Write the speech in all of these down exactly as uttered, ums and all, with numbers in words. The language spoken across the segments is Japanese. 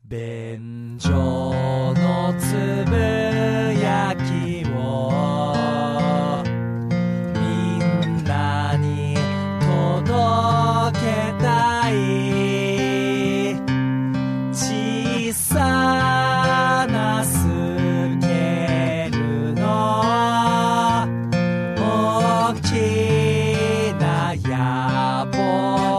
便所のつぶやきをみんなに届けたい小さなスケールの大きな野望。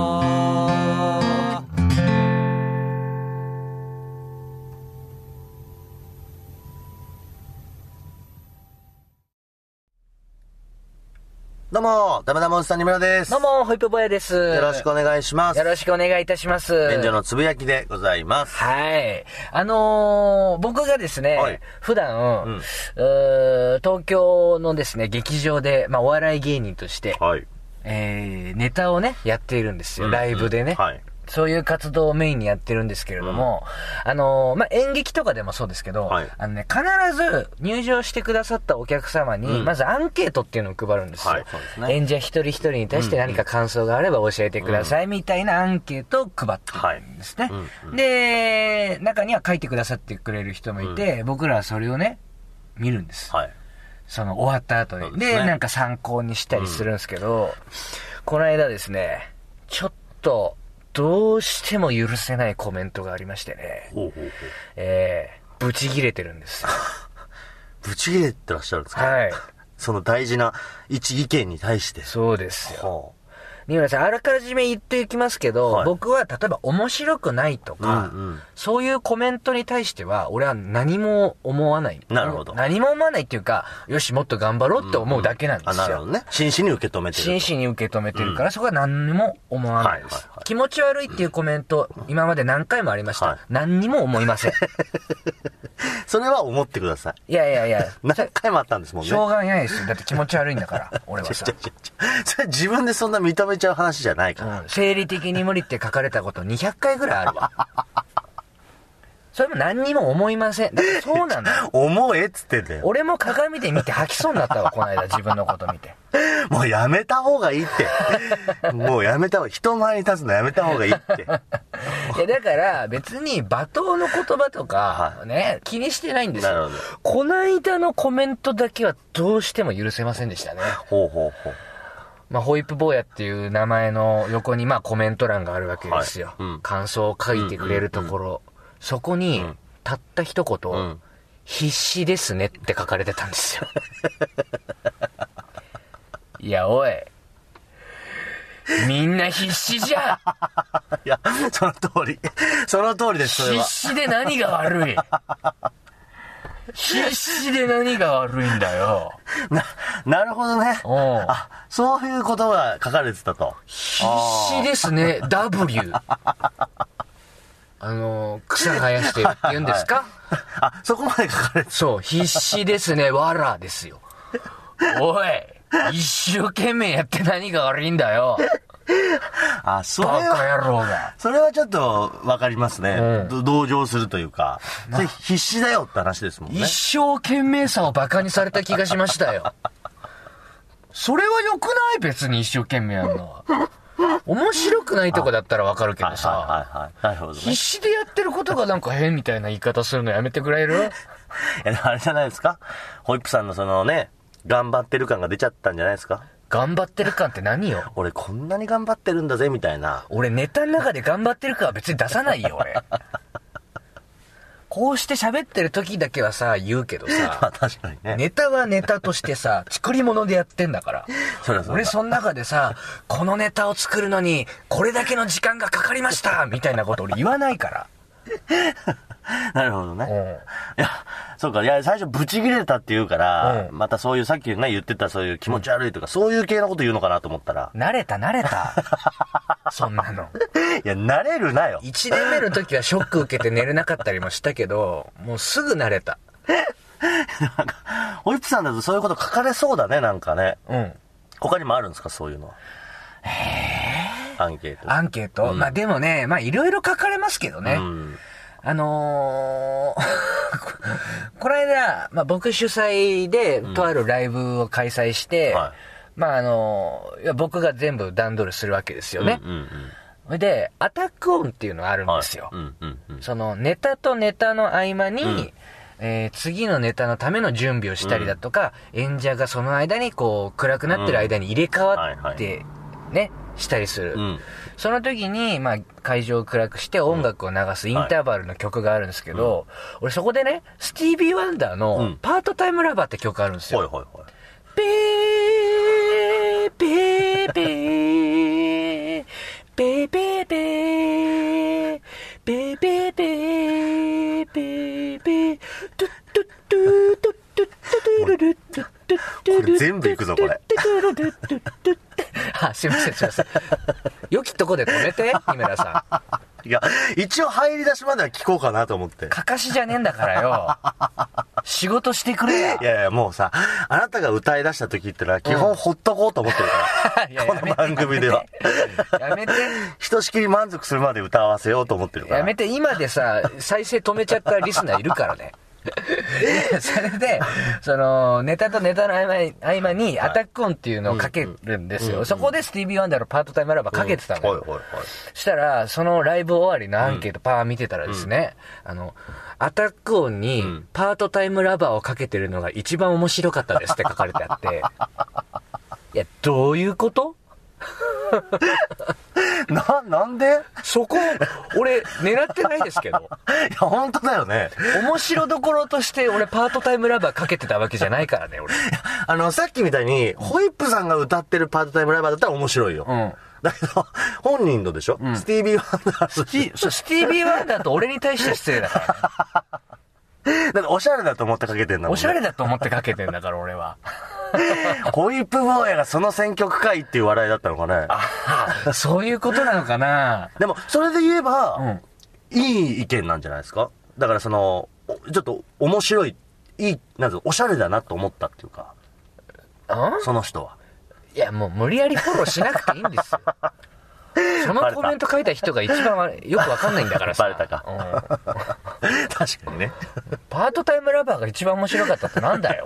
どうも、ダメダメおじさんにむらです。 どうも、ホイップボヤです。 よろしくお願いします。 よろしくお願いいたします。 便所のつぶやきでございます。 はい。あのー、僕がですね、はい、普段、うん、東京のですね、劇場で、まあ、お笑い芸人として、はい、えー、ネタをね、やっているんですよ。うん、ライブでね。はい。そういう活動をメインにやってるんですけれども、うん、あのー、まあ、演劇とかでもそうですけど、はい、あのね、必ず入場してくださったお客様に、うん、まずアンケートっていうのを配るんですよ。はい、そうですね。演者一人一人に対して何か感想があれば教えてくださいみたいなアンケートを配ってるんですね。はいうんうん、で、中には書いてくださってくれる人もいて、うん、僕らはそれをね、見るんです。はい、その終わった後に。で、ね、で、なんか参考にしたりするんですけど、うん、この間ですね、ちょっと、どうしても許せないコメントがありましてね。ほうほうほう。えー、ブチ切れてるんですよ。 ブチ切れてらっしゃるんですか？ はい。 その大事な一意見に対して。 そうですよ。二村さん、あらかじめ言っていきますけど、はい、僕は例えば面白くないとか、うんうん、そういうコメントに対しては、俺は何も思わない。 なるほど。 何も思わないっていうか、よし、もっと頑張ろうって思うだけなんですよ。うんうん、 あ、なるほどね。真摯に受け止めてる。 真摯に受け止めてるから、うん、そこは何にも思わないです、はいはいはい。気持ち悪いっていうコメント、今まで何回もありました。はい、何にも思いません。 それは思ってください。 いやいやいや。 何回もあったんですもんね。 しょうがないですよ。だって気持ち悪いんだから、俺はさ。ちょちょちょそれ自分でそんな認めちゃう話じゃないから。 うん、生理的に無理って書かれたことにひゃっかいぐらいあるわ。それも何にも思いません。だってそうなんだよ。 思えっつってんだよ。 俺も鏡で見て吐きそうになったわ、この間自分のこと見て。 もうやめた方がいいって。もうやめた方が、人前に立つのやめた方がいいって。いや、 だから別に罵倒の言葉とか、ね、はい、気にしてないんですよ。なるほど。こないだのコメントだけはどうしても許せませんでしたね。 ほうほうほう。 まあ、ホイップ坊やっていう名前の横にまあコメント欄があるわけですよ。はいうん、感想を書いてくれるところ。うんうんうん、そこに、たった一言、うん、必死ですねって書かれてたんですよ。いや、おい。みんな必死じゃん。 いや、その通り。その通りです、それは。 必死で何が悪い。必死で何が悪いんだよ。 な、なるほどね。あ、そういうことが書かれてたと。 必死ですね、W。あの、草生やしてるって言うんですか？ はい、あ、そこまで書かれてた。 そう、必死ですね、わらですよ。おい、一生懸命やって何が悪いんだよ。 あ、それは、 バカ野郎が。 それはちょっとわかりますね、うん。同情するというか、それ必死だよって話ですもんね。 一生懸命さをバカにされた気がしましたよ。それは良くない？別に一生懸命やるのは。面白くないとこだったらわかるけどさ、はいはいはいはい、なるほどね、必死でやってることがなんか変みたいな言い方するのやめてくれる？いや、あれじゃないですか、ホイップさんのそのね、頑張ってる感が出ちゃったんじゃないですか。 頑張ってる感って何よ。 俺こんなに頑張ってるんだぜみたいな。 俺ネタの中で頑張ってる感は別に出さないよ俺。こうして喋ってる時だけはさ言うけどさ、 まあ確かにね、 ネタはネタとしてさ作り物でやってんだから。それそれ俺その中でさ、このネタを作るのにこれだけの時間がかかりましたみたいなこと俺言わないから。 なるほどね。うん、いや、そうか。いや、最初ブチ切れたって言うから、うん、またそういうさっきね言ってたそういう気持ち悪いとか、うん、そういう系のこと言うのかなと思ったら。 慣れた慣れた。そんなの。 いや、慣れるなよ。 一年目の時はショック受けて寝れなかったりもしたけど、もうすぐ慣れた。 なんか、ホイップさんだとそういうこと書かれそうだね、なんかね。うん。他にもあるんですか、そういうのは。 へー。 アンケート。 アンケート、うん、まあでもね、まあいろいろ書かれますけどね。うん、あのー、この間、まあ僕主催でとあるライブを開催して、うんはい、まああのー、いや僕が全部段取りするわけですよね。うんうんうん、で、アタック音っていうのがあるんですよ。はいうんうんうん、 そのネタとネタの合間に、うんえー、次のネタのための準備をしたりだとか、うん、演者がその間にこう暗くなってる間に入れ替わってね、うん、したりする、うん、その時に、まあ、会場を暗くして音楽を流すインターバルの曲があるんですけど、うん、俺そこでねスティービー・ワンダーのパートタイムラバーって曲あるんですよ、うん、はいはいはい、ペーペーペーペーペーペーペーペーペーペーペートゥットゥットゥトゥットゥットゥルルトゥットゥットゥルル、 これ全部いくぞこれ。 あ、すいませんすいません。良きとこで止めて、二村さん。いや、一応入り出しまでは聞こうかなと思って。 かかしじゃねえんだからよ。仕事してくれや。 いやいや、もうさ、あなたが歌い出した時ってのは基本ほっとこうと思ってるから。うん、いやこの番組では。 やめて。 ひとしきり満足するまで歌わせようと思ってるから。 やめて、今でさ、再生止めちゃったリスナーいるからね。それで、その、ネタとネタの合間合間にアタックオンっていうのをかけるんですよ。そこでスティービー・ワンダーのパートタイムラバーかけてたのよ。したら、そのライブ終わりのアンケートパー見てたらですね、あの、アタックオンにパートタイムラバーをかけてるのが一番面白かったですって書かれてあって、いや、どういうこと？ な、なんで？ そこ、俺、狙ってないですけど。 いや、本当だよね。 面白どころとして、俺、パートタイムラバーかけてたわけじゃないからね、俺。 あの、さっきみたいに、ホイップさんが歌ってるパートタイムラバーだったら面白いよ。うん。だけど、本人のでしょ、うん、スティービー・ワンダー。 スティ、スティービー・ワンダーと俺に対して失礼だから、 ね。だって、おしゃれだと思ってかけてんだもんね。 おしゃれだと思ってかけてんだから、俺は。 ホイップ坊やがその選曲かいっていう笑いだったのかね。 あ、そういうことなのかな。 でも、それで言えば、うん、いい意見なんじゃないですか。だからその、ちょっと面白い、いい、なんかおしゃれだなと思ったっていうか、その人は。 いや、もう無理やりフォローしなくていいんですよ。そのコメント書いた人が一番よくわかんないんだからさ。 バレたか。うん、確かにね。 パートタイムラバーが一番面白かったってなんだよ。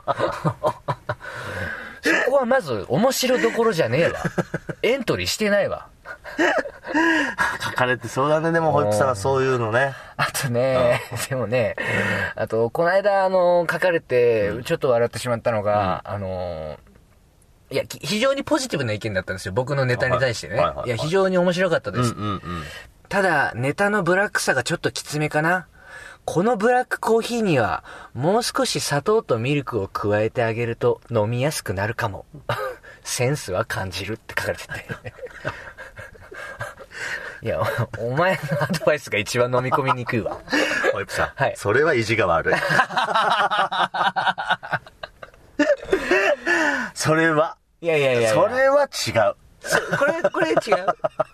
そこはまず面白どころじゃねえわ。エントリーしてないわ。 書かれてそうだね。でもホイップさんはそういうのね。 あとね、でもね、あとこの間あの書かれてちょっと笑ってしまったのが、うん、あのいや非常にポジティブな意見だったんですよ。僕のネタに対してね。はいはいはいはい、いや非常に面白かったです。うんうんうん、ただネタのブラックさがちょっときつめかな。このブラックコーヒーにはもう少し砂糖とミルクを加えてあげると飲みやすくなるかも。センスは感じるって書かれてて。いや、お前のアドバイスが一番飲み込みにくいわ。 ホイップさん、はい、それは意地が悪い。それは、 いやいやいやいや、 それは違う。 これ、これ違う。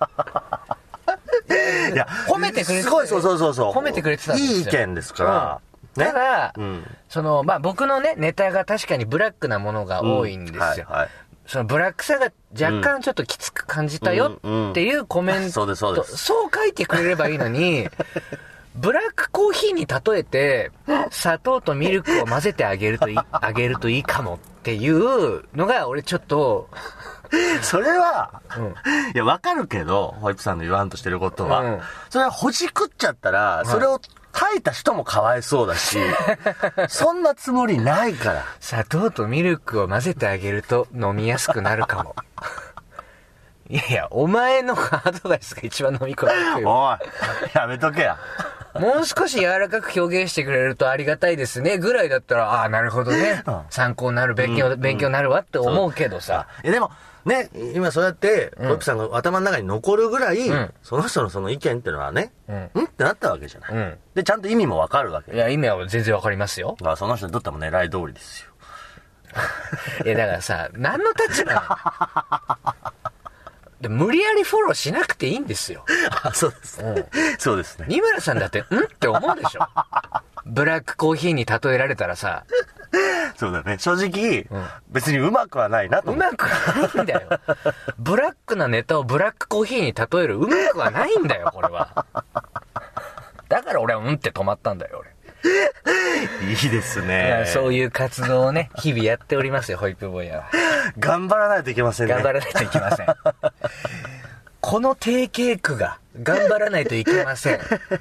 いや、褒めてくれてた、ね、 すごい、そうそうそうそう。 褒めてくれてたんですよ。 いい意見ですから。 うん、ね、ただ、うん、その、まあ、僕のね、ネタが確かにブラックなものが多いんですよ。うん、はいはい、そのブラックさが若干ちょっときつく感じたよっていうコメント、うんうん、 そうですそうです。 そう書いてくれればいいのに、ブラックコーヒーに例えて、砂糖とミルクを混ぜてあげるといい、あげるといいかもっていうのが、俺ちょっと、 それは、うん、いや、わかるけど、ホイップさんの言わんとしてることは、うん、それはほじくっちゃったら、はい、それを書いた人もかわいそうだし、そんなつもりないから。 砂糖とミルクを混ぜてあげると飲みやすくなるかも。いやいや、お前のアドバイスが一番飲み込みにくい。 おい、やめとけや。 もう少し柔らかく表現してくれるとありがたいですねぐらいだったら、ああ、なるほどね、うん、参考になる、勉強、うん、勉強になるわって思うけどさ。 え、でも、ね、今そうやって、ホイップさんが頭の中に残るぐらい、うん、その人のその意見っていうのはね、うん、うんってなったわけじゃない。うん、で、ちゃんと意味もわかるわけ。 いや、意味は全然わかりますよ。 あ、その人にとっても狙い通りですよ。 いや、だからさ、何の立場で無理やりフォローしなくていいんですよ。 あ、そうですね。うん、そうですね。 二村さんだって、んって思うでしょ。ブラックコーヒーに例えられたらさ。 そうだね。正直、うん、別にうまくはないなと思う。うまくはないんだよ。ブラックなネタをブラックコーヒーに例えるうまくはないんだよ、これは。だから俺はうんって止まったんだよ、俺。 いいですね。 そういう活動をね、日々やっておりますよ、ホイップボーイは。 頑張らないといけませんね。 頑張らないといけません。この定型句が頑張らないといけません。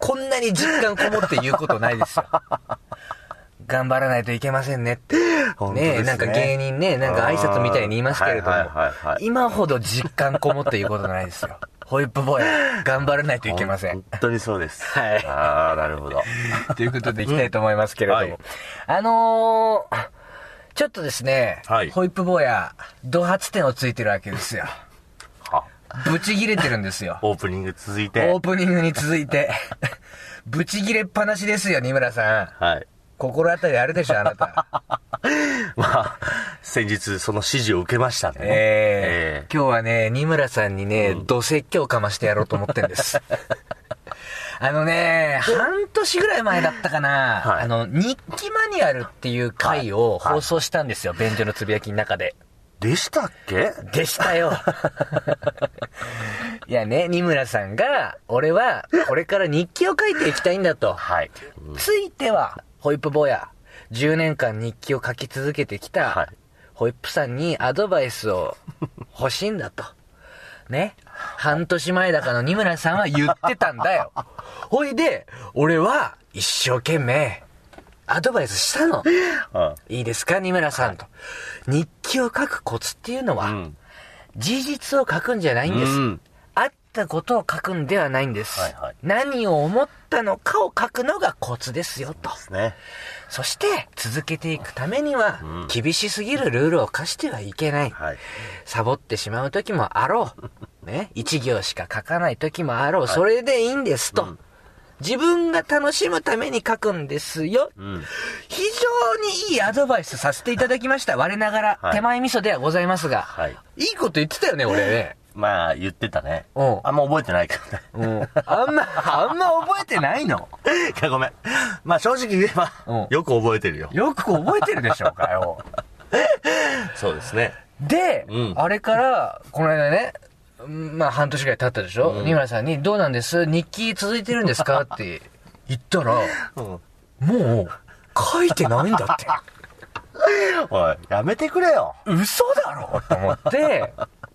こんなに実感こもって言うことないですよ。頑張らないといけませんねって。ねえ、なんか芸人ね、なんか挨拶みたいに言いますけれども、今ほど実感こもって言うことないですよ。ホイップ坊や、頑張らないといけません。 本当にそうです。 はい。 ああ、なるほど。 ということでいきたいと思いますけれども。うんはい、あのー、ちょっとですね、はい、ホイップ坊や、ド発点をついてるわけですよ。はブチ切れてるんですよ。 オープニング続いて。 オープニングに続いて。ブチ切れっぱなしですよ、二村さん。はい。心当たりあるでしょ、あなた。 まあ、先日その指示を受けましたね。えーえー、今日はね、二村さんにね、うん、ど説教かましてやろうと思ってるんです。あのね、半年ぐらい前だったかな、はい、あの、日記マニュアルっていう回を放送したんですよ、はいはい、便所のつぶやきの中で。 でしたっけ？ でしたよ。いやね、二村さんが、俺はこれから日記を書いていきたいんだと。はい。うん、ついては、ホイップ坊や、じゅうねんかん日記を書き続けてきた、はい、ホイップさんにアドバイスを欲しいんだと。ね。半年前だかの二村さんは言ってたんだよ。ほいで、俺は一生懸命、アドバイスしたの。ああいいですか、二村さんと。日記を書くコツっていうのは、うん、事実を書くんじゃないんです。うん、あったことを書くんではないんです。はいはい、何を思ったのかを書くのがコツですよと。ですね、そして、続けていくためには、うん、厳しすぎるルールを課してはいけない。はい、サボってしまう時もあろう。ね、一行しか書かない時もあろう。はい、それでいいんですと。うん自分が楽しむために書くんですよ、うん。非常にいいアドバイスさせていただきました。我ながら、はい、手前味噌ではございますが、はい。いいこと言ってたよね、俺ね。 まあ、言ってたね。うん。あんま覚えてないけどね。 うん。あんま、あんま覚えてないのいや、ごめん。まあ、正直言えば、うん、よく覚えてるよ。 よく覚えてるでしょうかよ。 そうですね。 で、うん、あれから、この間ね、まあ半年ぐらい経ったでしょ、うん、二村さんにどうなんです日記続いてるんですかって言ったら、うん、もう書いてないんだって。 おい、やめてくれよ。 嘘だろと思って、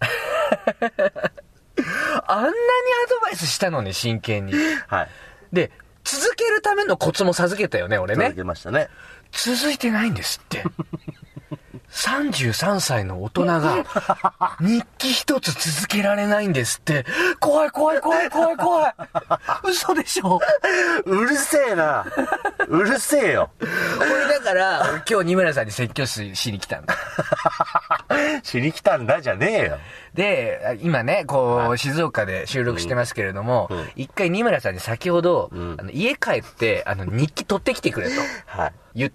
あんなにアドバイスしたのに真剣に。はい。で、続けるためのコツも授けたよね、俺ね。 続けましたね。 続いてないんですって。さんじゅうさんさいの大人が日記一つ続けられないんですって。怖い怖い怖い怖い怖い。嘘でしょ。 うるせえな。うるせえよ。 これだから、今日二村さんに説教しに来たんだ。 しに来たんだじゃねえよ。 で、今ね、こう、静岡で収録してますけれども、うんうん、一回二村さんに先ほど、うん、あの家帰って、あの、日記取ってきてくれと。はい、言って、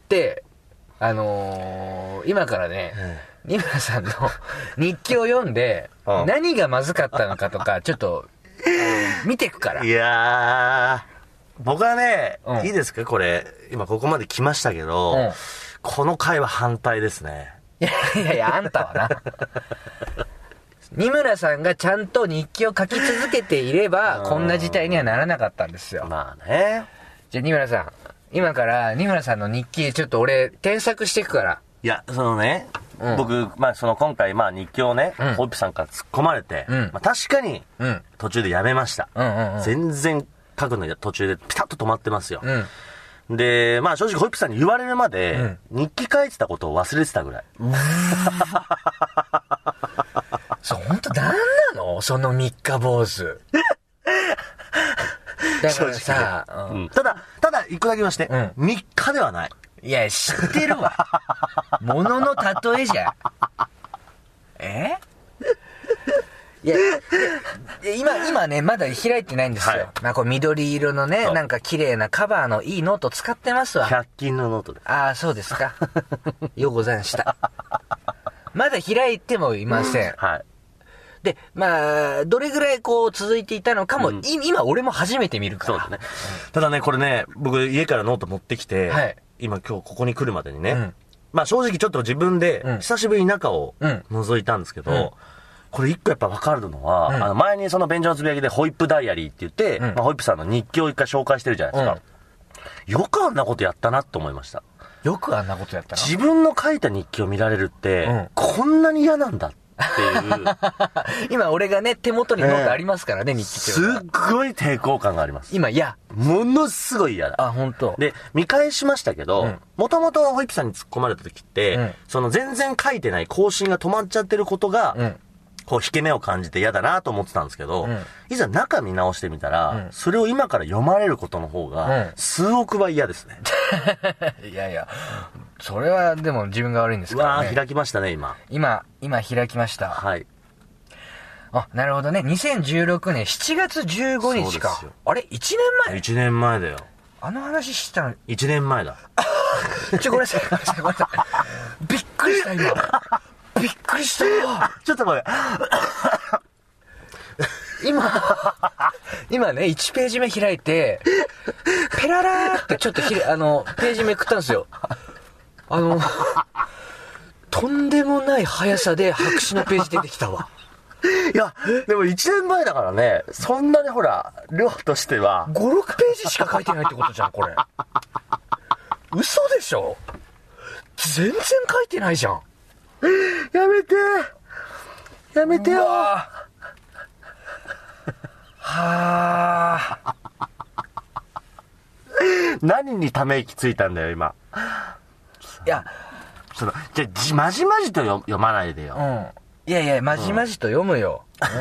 あのー、今からね、うん、二村さんの日記を読んで、うん、何がまずかったのかとか、ちょっと、見ていくから。 いやー、僕はね、うん、いいですかこれ、今ここまで来ましたけど、うん、この回は反対ですね。 いやいやいや、あんたはな。二村さんがちゃんと日記を書き続けていれば、こんな事態にはならなかったんですよ。 まあね。 じゃあ二村さん。今から二村さんの日記ちょっと俺添削していくから。 いや、そのね、うん、僕、まあその今回まあ日記をね、うん、ホイップさんから突っ込まれて、うん、まあ確かに、途中でやめました。うんうんうん、全然書くの途中でピタッと止まってますよ。うん、で、まあ正直ホイップさんに言われるまで、うん、日記書いてたことを忘れてたぐらい。 そう、ほんとなんなのその三日坊主。だからさ、 ねうん、ただ、ただ、一個だけ言いまして、うん、みっかではない。 いや、知ってるわ。ものの例えじゃん。えいや、今、今ね、まだ開いてないんですよ。はい、まあ、こう緑色のね、なんか綺麗なカバーのいいノート使ってますわ。 ひゃく均のノートです。 ああ、そうですか。ようござんした。まだ開いてもいません。はい。で、まあ、どれぐらいこう続いていたのかも、うん、今俺も初めて見るから。 そうだね。うん、ただね、これね、僕家からノート持ってきて、はい、今今日ここに来るまでにね、うん、まあ正直ちょっと自分で久しぶりに中を覗いたんですけど、うんうん、これ一個やっぱ分かるのは、うん、あの前にその便所のつぶやきでホイップダイアリーって言って、うんまあ、ホイップさんの日記を一回紹介してるじゃないですか。うん、よくあんなことやったなって思いました。 よくあんなことやったな。 自分の書いた日記を見られるって、うん、こんなに嫌なんだっっていう今俺がね手元にノートありますからね、日記っていうのはすっごい抵抗感があります。 今嫌。 ものすごい嫌だ。 あ、本当。 で見返しましたけど、もともとホイップさんに突っ込まれた時って、うん、その全然書いてない更新が止まっちゃってることが、うん、こう引け目を感じて嫌だなと思ってたんですけど、うん、いざ中見直してみたら、うん、それを今から読まれることの方が数億倍嫌ですね、 うん、いやいやそれはでも自分が悪いんですからね。 うわー開きましたね今今今開きました。 はい。 あ、なるほどね。にせんじゅうろくねんしちがつじゅうごにちか。あれ ?いちねんまえ ? いち 年前だよ。 あの話したのいちねんまえだ。 ちょ、ごめんなさい、ごめんなさい、ごめんなさい。びっくりした、今。びっくりした。 ちょっとごめん。 今、今ね、いちページ目開いて、ペララーってちょっとひれ、あの、ページめくったんですよ。あの、とんでもない速さで白紙のページ出てきたわ。 いや、でもいちねんまえだからね、そんなにほら、量としては。 ご、ろくページしか書いてないってことじゃん、これ。嘘でしょ？全然書いてないじゃん。 やめて。やめてよ。はぁ。 何にため息ついたんだよ、今。 いや、 その、じゃあ、じ、まじまじと読、読まないでよ。 うん。いやいや、まじまじと読むよ。うん。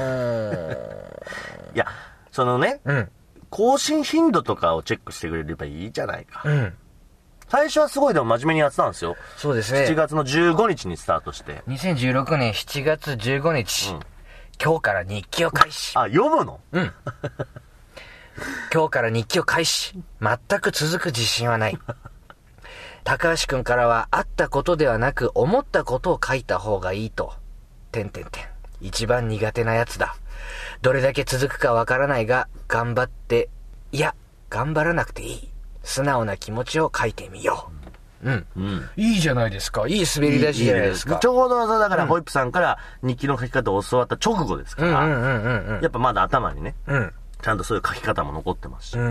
いや、そのね、 うん。 更新頻度とかをチェックしてくれればいいじゃないか。 うん。 最初はすごいでも真面目にやってたんですよ。 そうですね。 しちがつのじゅうごにちにスタートして。 にせんじゅうろくねんしちがつじゅうごにち。うん、今日から日記を開始。 あ、読むの？ うん。今日から日記を開始。全く続く自信はない。高橋くんからは、あったことではなく、思ったことを書いた方がいいと。てんてんてん。一番苦手なやつだ。どれだけ続くかわからないが、頑張って、いや、頑張らなくていい。素直な気持ちを書いてみよう。うん。うん、いいじゃないですか。いい滑り出しじゃないですか。いいいいちょうどだから、ホイップさんから日記の書き方を教わった直後ですから、 うんうんうんうん、 やっぱまだ頭にね、 うん、 ちゃんとそういう書き方も残ってますし。 うん、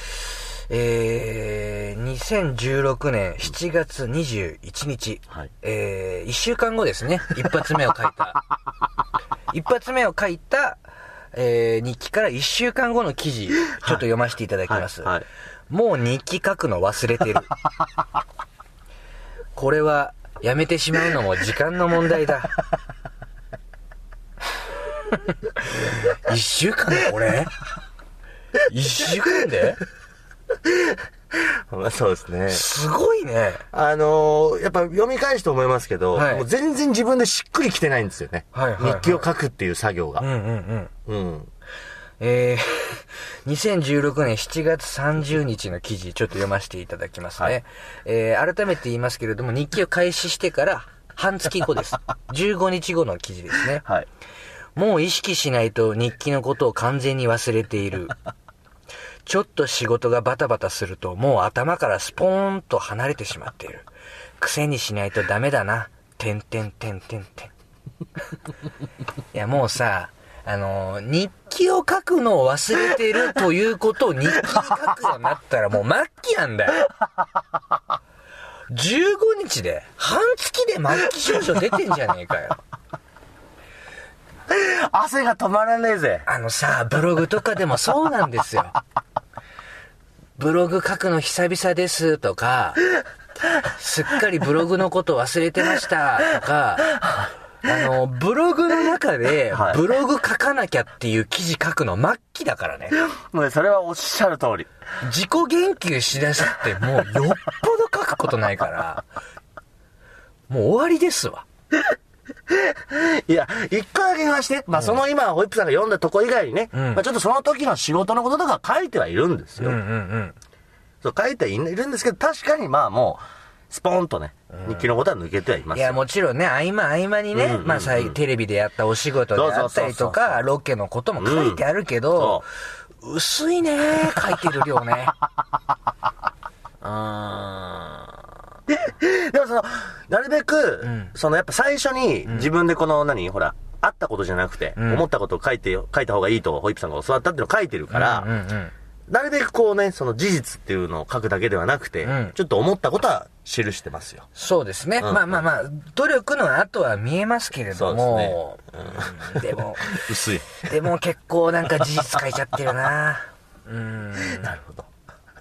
えー、にせんじゅうろくねんしちがつにじゅういちにち、はい、えー、いっしゅうかんごですね。一発目を書いた。一発目を書いた、えー、日記からいっしゅうかんごの記事、ちょっと読ませていただきます。はいはいはい、もう日記書くの忘れてる。これはやめてしまうのも時間の問題だ。いっしゅうかんでこれ ?いっしゅうかんでそうですね。 すごいね。 あのー、やっぱ読み返して思いますけど、はい、もう全然自分でしっくりきてないんですよね。はいはいはい、日記を書くっていう作業が。 うんうんうん。 うん。 えー、にせんじゅうろくねんしちがつさんじゅうにちの記事、ちょっと読ませていただきますね。はい、えー、改めて言いますけれども、日記を開始してから半月後です。じゅうごにちごの記事ですね。 はい。 もう意識しないと日記のことを完全に忘れている。ちょっと仕事がバタバタするともう頭からスポーンと離れてしまっている。癖にしないとダメだな。てんてんてんてんてん。いやもうさ、あのー、日記を書くのを忘れてるということを日記に書くようになったらもう末期なんだよ。じゅうごにちで、半月で末期症状出てんじゃねえかよ。 汗が止まらねえぜ。 あのさ、ブログとかでもそうなんですよ。ブログ書くの久々ですとか、すっかりブログのこと忘れてましたとか、あの、ブログの中で、ブログ書かなきゃっていう記事書くの末期だからね。 もうそれはおっしゃる通り。 自己言及しだすってもうよっぽど書くことないから、もう終わりですわ。 いや、一個だけ言わして。まあ、その今、ホイップさんが読んだとこ以外にね、うん、まあ、ちょっとその時の仕事のこととか書いてはいるんですよ。 うんうんうん。 そう、書いてはいるんですけど、確かにまあもう、スポーンとね、日記のことは抜けてはいますよ。 いや、もちろんね、合間合間にね、うんうんうん、まあさ、テレビでやったお仕事であったりとか、ロケのことも書いてあるけど、うん、薄いね、書いてる量ね。うーん。 でもその、なるべく、うん、そのやっぱ最初に自分でこの何、うん、ほら、あったことじゃなくて、うん、思ったことを書いて、書いた方がいいと、ホイップさんが教わったっていうのを書いてるから、 うんうんうん、 なるべくこうね、その事実っていうのを書くだけではなくて、うん、ちょっと思ったことは記してますよ。 そうですね。うん、まあまあまあ、努力の後は見えますけれども、そうですね。うん、でも、 薄い。 でも結構なんか事実書いちゃってるな。うん。 なるほど。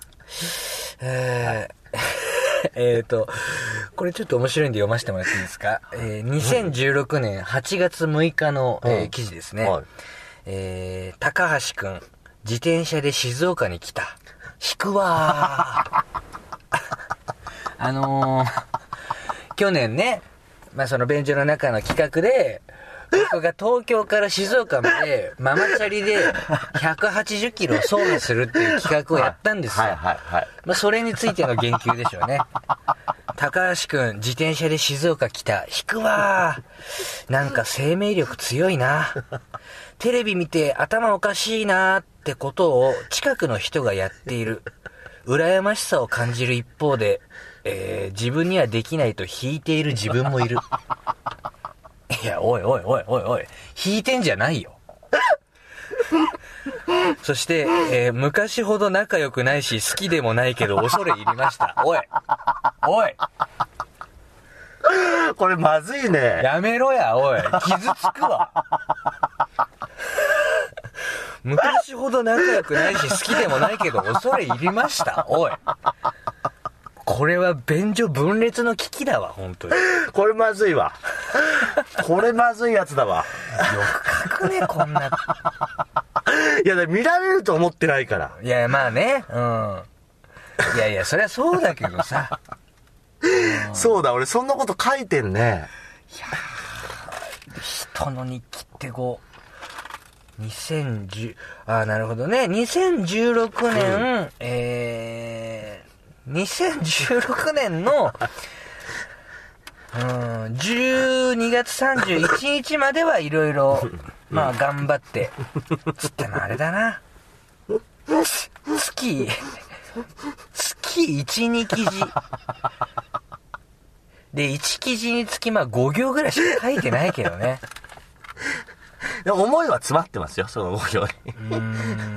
えー、えーと、これちょっと面白いんで読ませてもらっていいですか。えー、にせんじゅうろくねんはちがつむいかの、えー、記事ですね。はい、えー、高橋くん、自転車で静岡に来た。引くわー。あのー、去年ね、まあその便所の中の企画で、僕が東京から静岡までママチャリでひゃくはちじゅっキロを走破するっていう企画をやったんですよ。はいはいはい。まあそれについての言及でしょうね。高橋くん、自転車で静岡来た。引くわー。なんか生命力強いな。テレビ見て頭おかしいなーってことを近くの人がやっている。羨ましさを感じる一方で、えー、自分にはできないと引いている自分もいる。いや、おいおいおいおいおい、引いてんじゃないよ。そして、えー、昔ほど仲良くないし好きでもないけど恐れ入りました。おいおいこれまずいね。 やめろや、おい。傷つくわ。昔ほど仲良くないし好きでもないけど恐れ入りました。おい。これは便所分裂の危機だわ、本当に。 これまずいわ。これまずいやつだわ。 よく書くね、こんな。 いや、見られると思ってないから。 いや、まあね。うん。いやいや、そりゃそうだけどさ。 うん、そうだ、俺そんなこと書いてんね。 いや人の日記ってこう、にせんじゅう、ああ、なるほどね。にせんじゅうろくねん、うん、えー、にせんじゅうろくねんの、うん、じゅうにがつさんじゅういちにちまではいろいろ、まあ頑張って、つってもあれだな。月、月いち、に記事。で、いち記事につきまあご行ぐらいしか書いてないけどね。 でも思いは詰まってますよ、そのご行に。うーん。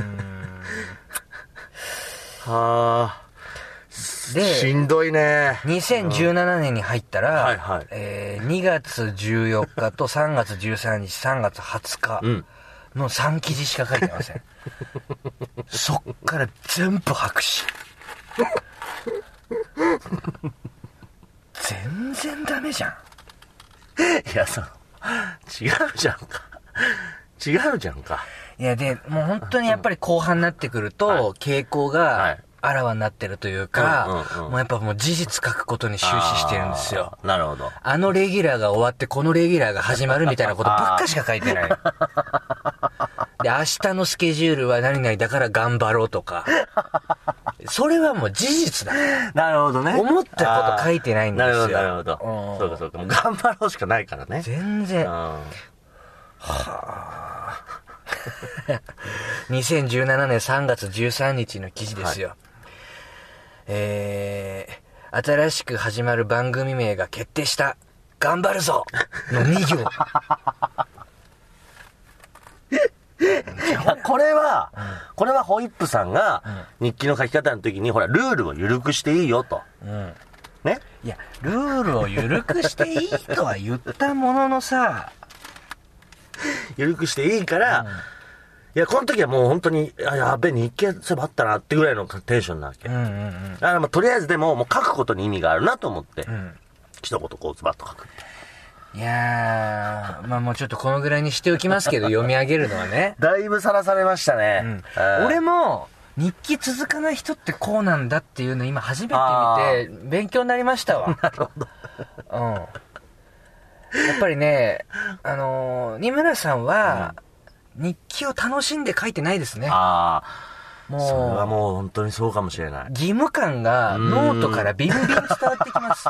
はあ。で、しんどいね。 にせんじゅうななねんに入ったら、はいはい、えー、にがつじゅうよっかとさんがつじゅうさんにち、さんがつはつかのさん記事しか書いてません。そっから全部白紙。全然ダメじゃん。 いや、その、違うじゃんか。違うじゃんか。 いや、で、もう本当にやっぱり後半になってくると、はい、傾向が、はいあらわになってるというか、うんうんうん、もうやっぱもう事実書くことに終始してるんですよ。 なるほど。 あのレギュラーが終わってこのレギュラーが始まるみたいなことばっかしか書いてない。で、明日のスケジュールは何々だから頑張ろうとか。それはもう事実だ。 なるほどね。 思ったこと書いてないんですよ。 なるほど、なるほど。そうかそうか。もう頑張ろうしかないからね。 全然。はぁ。にせんじゅうななねんさんがつじゅうさんにちの記事ですよ。はいえー、新しく始まる番組名が決定した。頑張るぞのに行。 これは、うん、これはホイップさんが日記の書き方の時に、ほら、ルールを緩くしていいよと。うん、ねいや、ルールを緩くしていいとは言ったもののさ、 緩くしていいから、うんいや、この時はもう本当に、あ、やべえ、日記そういえばあったなってぐらいのテンションなわけ。うんうんうん。だからまあ、とりあえずでも、もう書くことに意味があるなと思って、うん、一言こうズバッと書く。 いやー、まあもうちょっとこのぐらいにしておきますけど、読み上げるのはね。 だいぶさらされましたね。 うん、俺も、日記続かない人ってこうなんだっていうの今初めて見て、勉強になりましたわ。 なるほど。 うん。やっぱりね、あのー、二村さんは、うん日記を楽しんで書いてないですね。ああ。もう。それはもう本当にそうかもしれない。 義務感がノートからビンビン伝わってきます。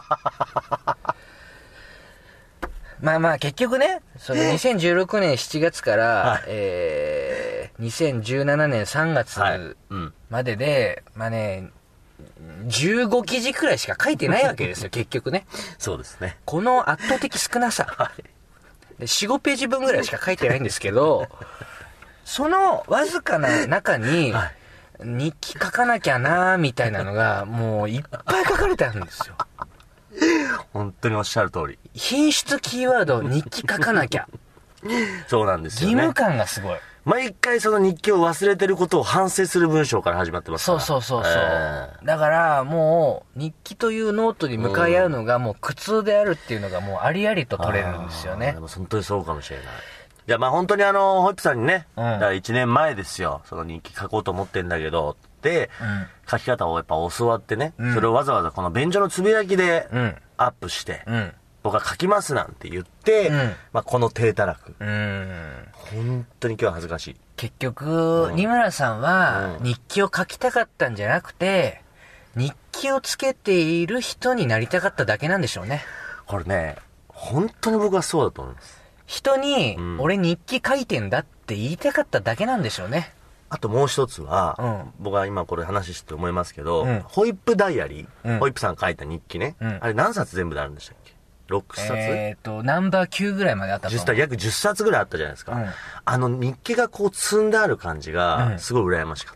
まあまあ結局ね、そのにせんじゅうろくねんしちがつから、はい、えー、にせんじゅうななねんさんがつまでで、はいうん、まあね、じゅうご記事くらいしか書いてないわけですよ、結局ね。 そうですね。 この圧倒的少なさ。はいよん、ごページ分ぐらいしか書いてないんですけど、そのわずかな中に、はい、 日記書かなきゃなーみたいなのが、もういっぱい書かれてあるんですよ。 本当におっしゃる通り。 品質キーワード、日記書かなきゃ。 そうなんですよね。 義務感がすごい。 毎回その日記を忘れてることを反省する文章から始まってますから。 そうそうそうそう、えー。だからもう日記というノートに向かい合うのがもう苦痛であるっていうのがもうありありと取れるんですよね。 でも本当にそうかもしれない。じゃあまあ本当にあの、ホイップさんにね、うん、だからいちねんまえですよ、その日記書こうと思ってんだけど、で、うん、書き方をやっぱ教わってね、うん、それをわざわざこの便所のつぶやきでアップして、うん、僕は書きますなんて言って、うん、まあこの低たらく。うん、本当に今日は恥ずかしい。 結局、うん、二村さんは日記を書きたかったんじゃなくて、日記をつけている人になりたかっただけなんでしょうね。 これね、本当に僕はそうだと思います。 人に、うん、俺日記書いてんだって言いたかっただけなんでしょうね。 あともう一つは、うん、僕は今これ話して思いますけど、うん、ホイップダイアリー、うん、ホイップさん書いた日記ね、うん、あれ何冊全部であるんでしたっけ？ろくさつ？ えっと、ナンバーきゅうぐらいまであったと思う。 約じゅっさつぐらいあったじゃないですか。うん、あの日記がこう積んである感じが、すごい羨ましかった。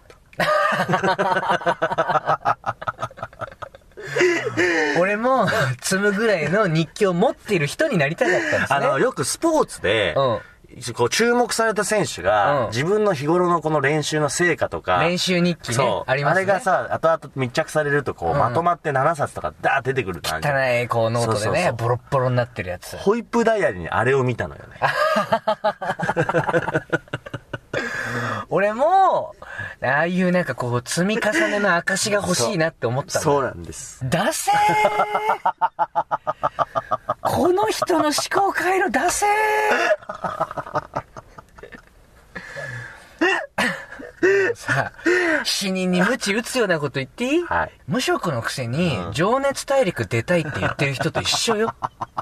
俺も積むぐらいの日記を持っている人になりたかったんですね。 あの、よくスポーツで、うんこう注目された選手が、うん、自分の日頃のこの練習の成果とか練習日記ねそうありますね。 あれがさ後々密着されるとこう、うん、まとまってななさつとかダー出てくる感じ。 汚いこうノートでねそうそうそうボロッボロになってるやつ。 ホイップダイアリーにあれを見たのよね。 俺もああいうなんかこう積み重ねの証が欲しいなって思ったの。 そうなんです。 ダセーこの人の思考回路ダセーさあ死人に鞭打つようなこと言っていい、はい、無職のくせに情熱大陸出たいって言ってる人と一緒よ。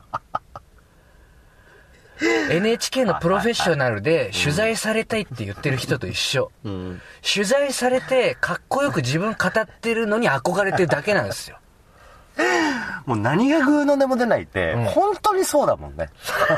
エヌエイチケー のプロフェッショナルで取材されたいって言ってる人と一緒、うん、取材されてかっこよく自分語ってるのに憧れてるだけなんですよ。 もう何がグーの音も出ないって、うん、本当にそうだもんね。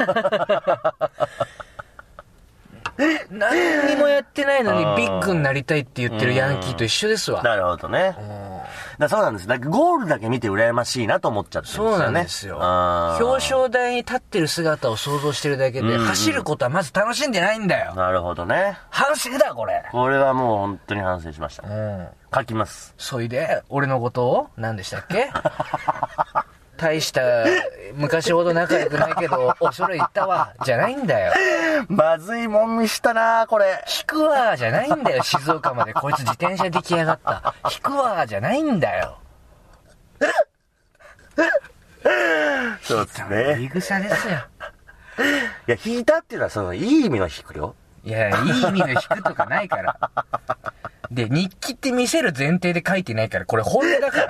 何にもやってないのにビッグになりたいって言ってるヤンキーと一緒ですわ。 なるほどね。だそうなんです。だからゴールだけ見て羨ましいなと思っちゃってるんですよね。 そうなんですよ。表彰台に立ってる姿を想像してるだけで、うんうん、走ることはまず楽しんでないんだよ。 なるほどね。 反省だこれ。 これはもう本当に反省しました。うん、書きます。 そいで俺のことを何でしたっけ？大した昔ほど仲良くないけど恐れ入ったわじゃないんだよ。 まずいもん見したなこれ。 引くわじゃないんだよ。静岡までこいつ自転車で来やがった。引くわじゃないんだよ。 そうですね。 言い草ですよ。 いや引いたっていうのはそのいい意味の引くよ。 いやいい意味の引くとかないから。で日記って見せる前提で書いてないからこれ本音だから。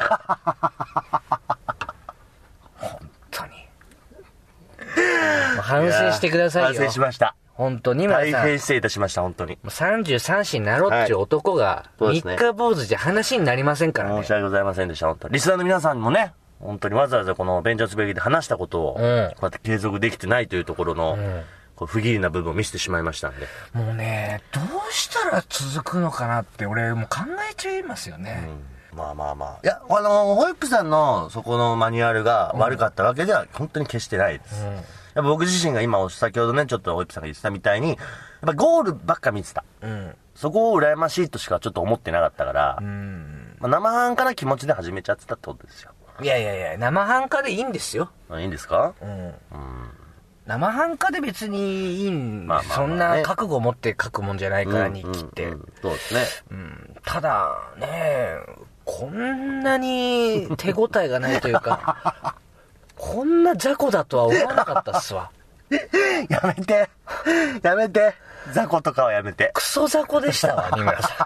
反省してくださいよ。 反省しました。 本当に大変失礼いたしました本当に。 さんじゅうさん子になろうっていう男が三日坊主じゃ話になりませんからね。 申し訳ございませんでした本当に。リスナーの皆さんもね本当にわざわざこの便所つぶやきで話したことを、うん、こうやって継続できてないというところの、うん、こう不義理な部分を見せてしまいましたんで。 もうねどうしたら続くのかなって俺もう考えちゃいますよね。 うん、まあまあまあ。いやあのホイップさんのそこのマニュアルが悪かったわけでは本当に決してないです。うんやっぱ僕自身が今先ほどねちょっとホイップさんが言ってたみたいにやっぱゴールばっか見てた、うん、そこを羨ましいとしかちょっと思ってなかったから、うんまあ、生半可な気持ちで始めちゃってたってことですよ。 いやいやいや生半可でいいんですよ。 いいんですか、うんうん、生半可で別にいいん、まあまあまあね、そんな覚悟を持って書くもんじゃないから、うん、日記って、うんうん、 そうですね、 うん、ただねこんなに手応えがないというかこんな雑魚だとは思わなかったっすわ。 やめてやめて雑魚とかはやめて。 クソ雑魚でしたわ二村さん。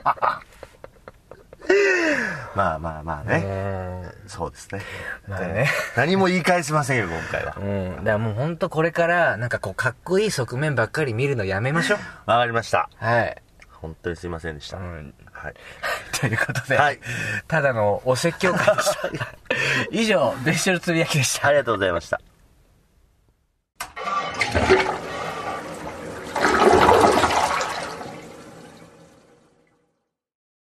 まあまあまあねそうですね。まあね何も言い返せませんよ今回は。 うんだからもうほんとこれからなんかこうかっこいい側面ばっかり見るのやめましょう。 わかりました。 はい本当にすいませんでした、うんはい、ということで、はい、ただのお説教会でした。以上、別所のつぶやきでした。 ありがとうございました。